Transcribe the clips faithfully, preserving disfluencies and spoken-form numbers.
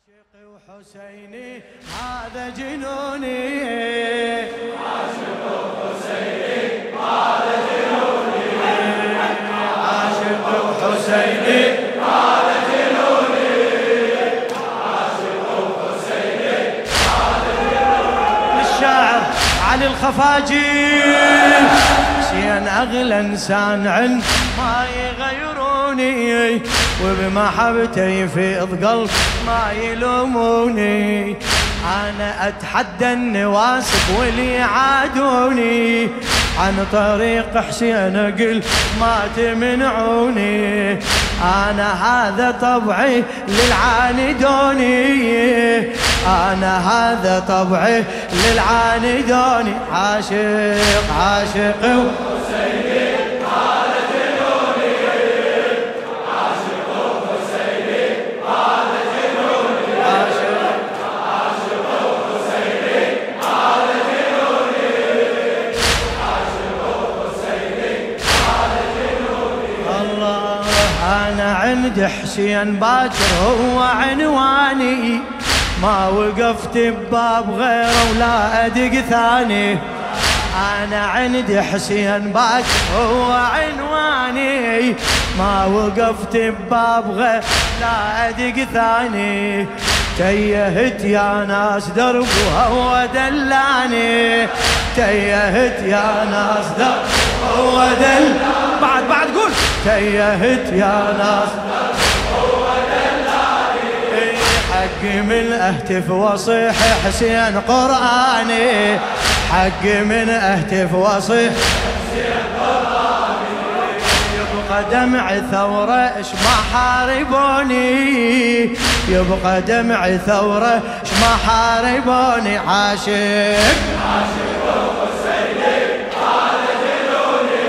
عاشق وحسيني هذا جنوني، عاشق وحسيني هذا جنوني، عاشق وحسيني هذا جنوني، عاشق وحسيني هذا جنوني. الشاعر علي الخفاجي شين أغلى إنسان عند ما يغيروني، وبمحبتي يفيض قلب ما يلوموني. أنا أتحدى النواسب واللي يعادوني، عن طريق حسين أقل ما تمنعوني. أنا هذا طبعي للعاندوني، أنا هذا طبعي للعاندوني. عاشق عاشق وحسيني هذا جنوني، عاشق وحسيني هذا جنوني، عاشق وحسيني هذا جنوني، عاشق وحسيني هذا جنوني. الله أنا عند حسين باكر هو عنواني، ما وقفت بباب غيره ولا أدق ثاني. أنا عند حسين باكر هو عنواني، ما وقفت بباب غيره لا أدق ثاني. تيهت يا ناس درب وهو دلاني، تيهت يا ناس درب وهو دلاني. بعد بعد قول تيهت يا ناس هو دلاني، حق من اهتف وصيح حسين قرآني، حق من اهتف وصيح حسين قرآني. يبقى دمع ثورة اش ما حاربوني، يبقى دمع ثورة اش ما حاربوني. عاشق عاشق وحسيني هذا جنوني،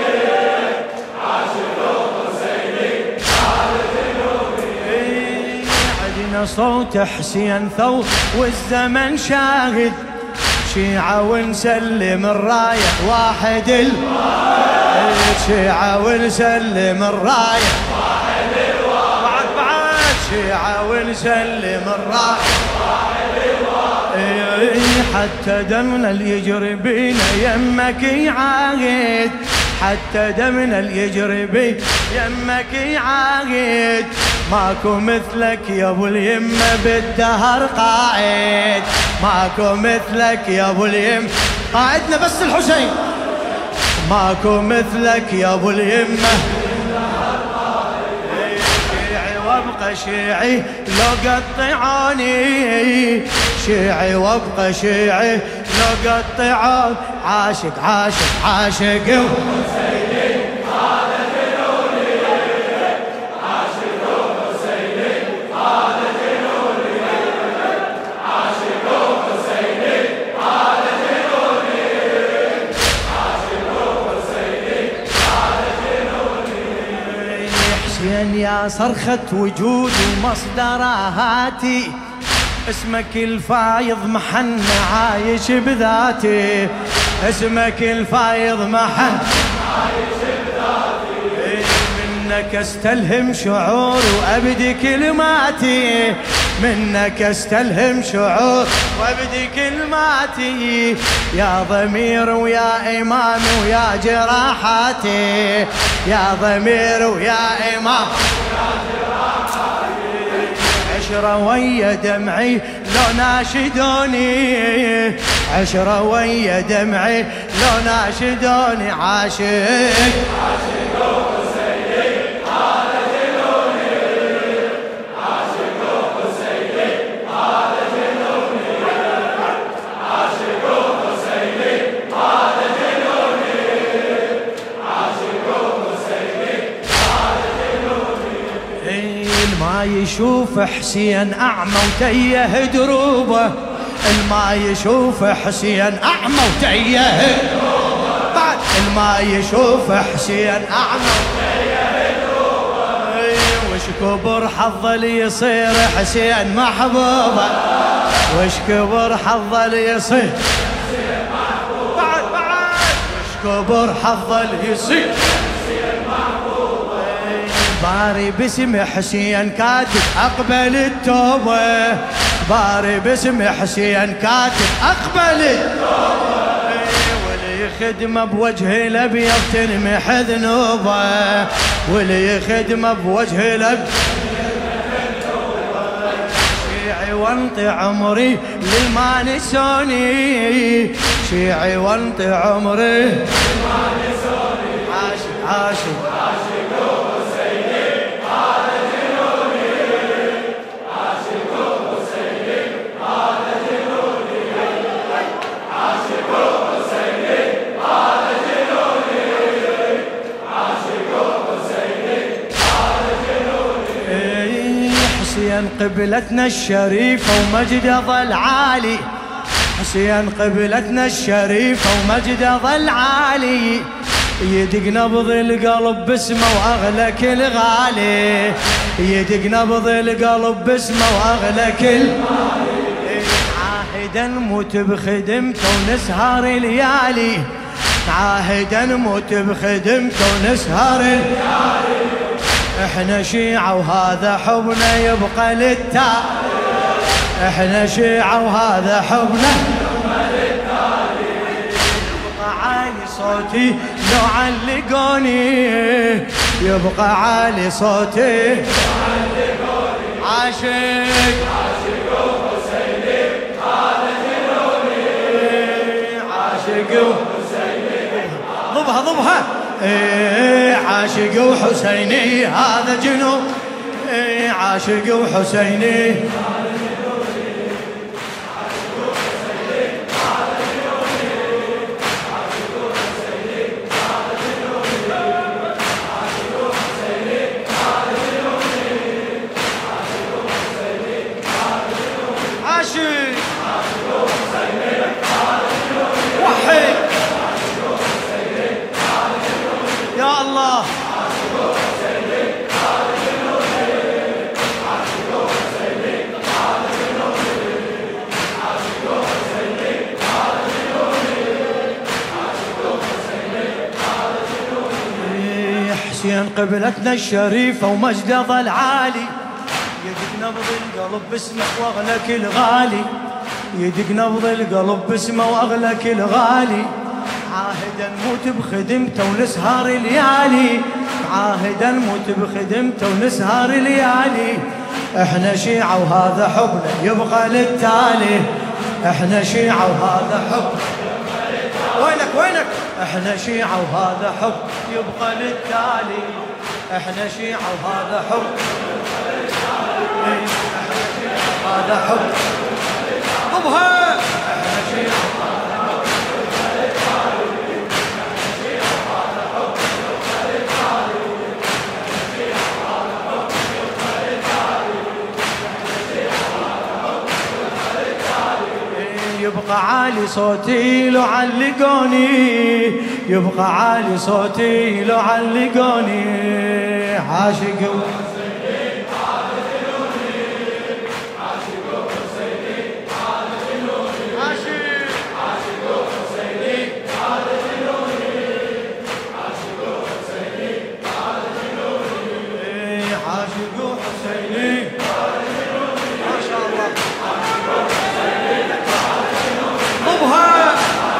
عاشق وحسيني هذا جنوني. عدنا صوت حسين ثور والزمن شاهد، شيعة ونسلم الراية واحد الواحد، شيعة ونسلم الراية واحد الواحد، بعد بعد شيعة ونسلم الراية واحد الواحد. حتى دمنا اللي يجري بينا يمك يعاهد، حتى دمنا اللي يجري بينا يمك يعاهد. ماكو مثلك يا ابو اليمه بالدهر قاعد، ماكو مثلك يا ابو اليمه قاعدنا بس الحسين. ماكو مثلك يا ابو اليمه شيعي وابقى شيعي لو قطعوني، شيعي وابقى شيعي لو قطعوني. عاشق عاشق عاشق وحسيني هذا جنوني، عاشق وحسيني هذا جنوني، عاشق وحسيني هذا جنوني، عاشق وحسيني هذا جنوني. حسين يا صرخة وجود ومصدر هاتي، اسمك الفايض محن عايش بذاتي، اسمك الفايض محن عايش بذاتي. منك استلهم شعور وابدي كلماتي، منك استلهم شعور وابدي كلماتي. يا ضمير ويا امام ويا جراحاتي، يا ضمير ويا امام يا جراحاتي. عشرة ويا دمعي لو ناشدوني، عشرة ويا دمعي لو ناشدوني. عاشق عاشق وحسيني هذا جنوني، عاشق وحسيني هذا جنوني، عاشق وحسيني هذا جنوني، عاشق وحسيني هذا جنوني. الما يشوف حسين أعمى وتيه دروبه، الما يشوف حسين أعمى وتيه دروبه، بعد الما يشوف حسين أعمى وتيه دروبه. وش كبر حظه ليصير حسين محبوبه، وش كبر حظه ليصير حسين محبوب، بعد بعد وش كبر حظه ليصير حسين محبوب. باري باسم حسين كاتب أقبل التوبة، باري باسم حسين كاتب أقبلت ولي خدمة بوجه الأبيض تنمح ذنوبه ولي خدمة بوجه الأبيض شيعي وانطي عمري للما نسوني شيعي وانطي عمري عاشق عاشق حسين قبلتنا الشريفة ومجده ظل عالي حسين قبلتنا الشريفة ومجده ظل عالي يدق نبض القلب باسمه واغلى كل غالي يدق نبض القلب باسمه واغلى كل عاهدا نموت بخدمته ونسهر ليالي عاهدا نموت بخدمته ونسهر ليالي احنا شيعة وهذا حبنا يبقى للتالي احنا شيعة وهذا حبنا يبقى للتالي يبقى عالي صوتي لو علقوني يبقى عالي صوتي لو علقوني عاشق عاشق وحسيني هذا جنوني عاشق وحسيني ضبها ضبها ايه عاشق وحسيني هذا جنون ايه عاشق وحسيني عاشق وحي يا الله حسين قبلتنا الشريفة ومجده ظل عالي يدق نبض القلب باسمه واغلى كل غالي يدق نبض القلب باسمه واغلى كل غالي عاهدا نموت بخدمته ونسهر ليالي عاهدا نموت بخدمته ونسهر ليالي احنا شيعة وهذا حبنا يبقى للتالي احنا شيعة وهذا حب وينك وينك احنا شيعة وهذا حب يبقى للتالي احنا شيعة وهذا حب هذا حب ضبها احنا شيعة يبقى عالي صوتي لو علقوني يبقى عالي صوتي لو علقوني عاشق وحسيني هذا جنوني عاشق وحسيني هذا جنوني عاشق عاشق وحسيني هذا جنوني عاشق وحسيني هذا جنوني عاشق وحسيني ما شاء الله ضبها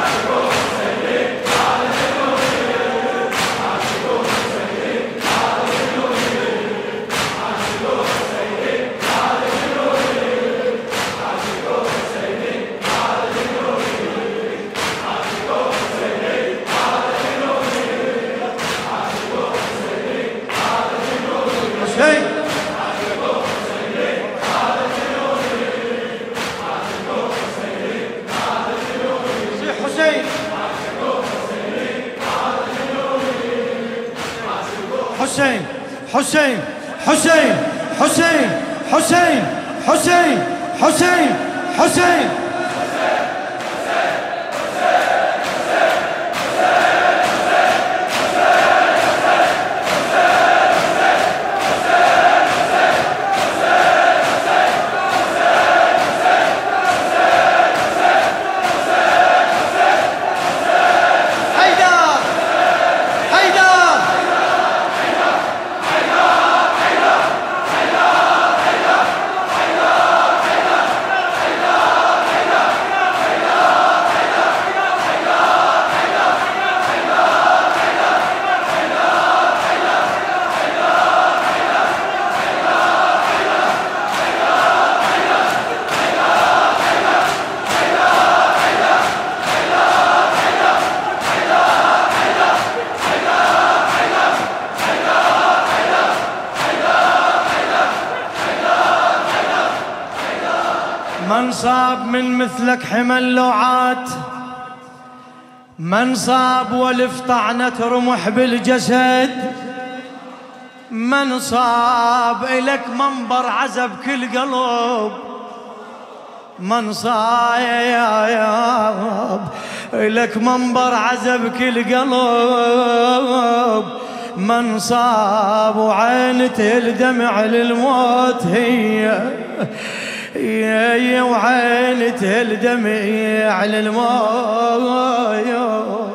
حسين حسين حسين حسين حسين حسين حسين حسين حسين من صاب من مثلك حمل لوعات، من صاب والف طعنة رمح بالجسد، من صاب إلك منبر عزب كل قلب، من صايب إلك منبر عزب كل قلب، من صاب وعينته الدمع للموت هي هي وعينته الدمع للموت.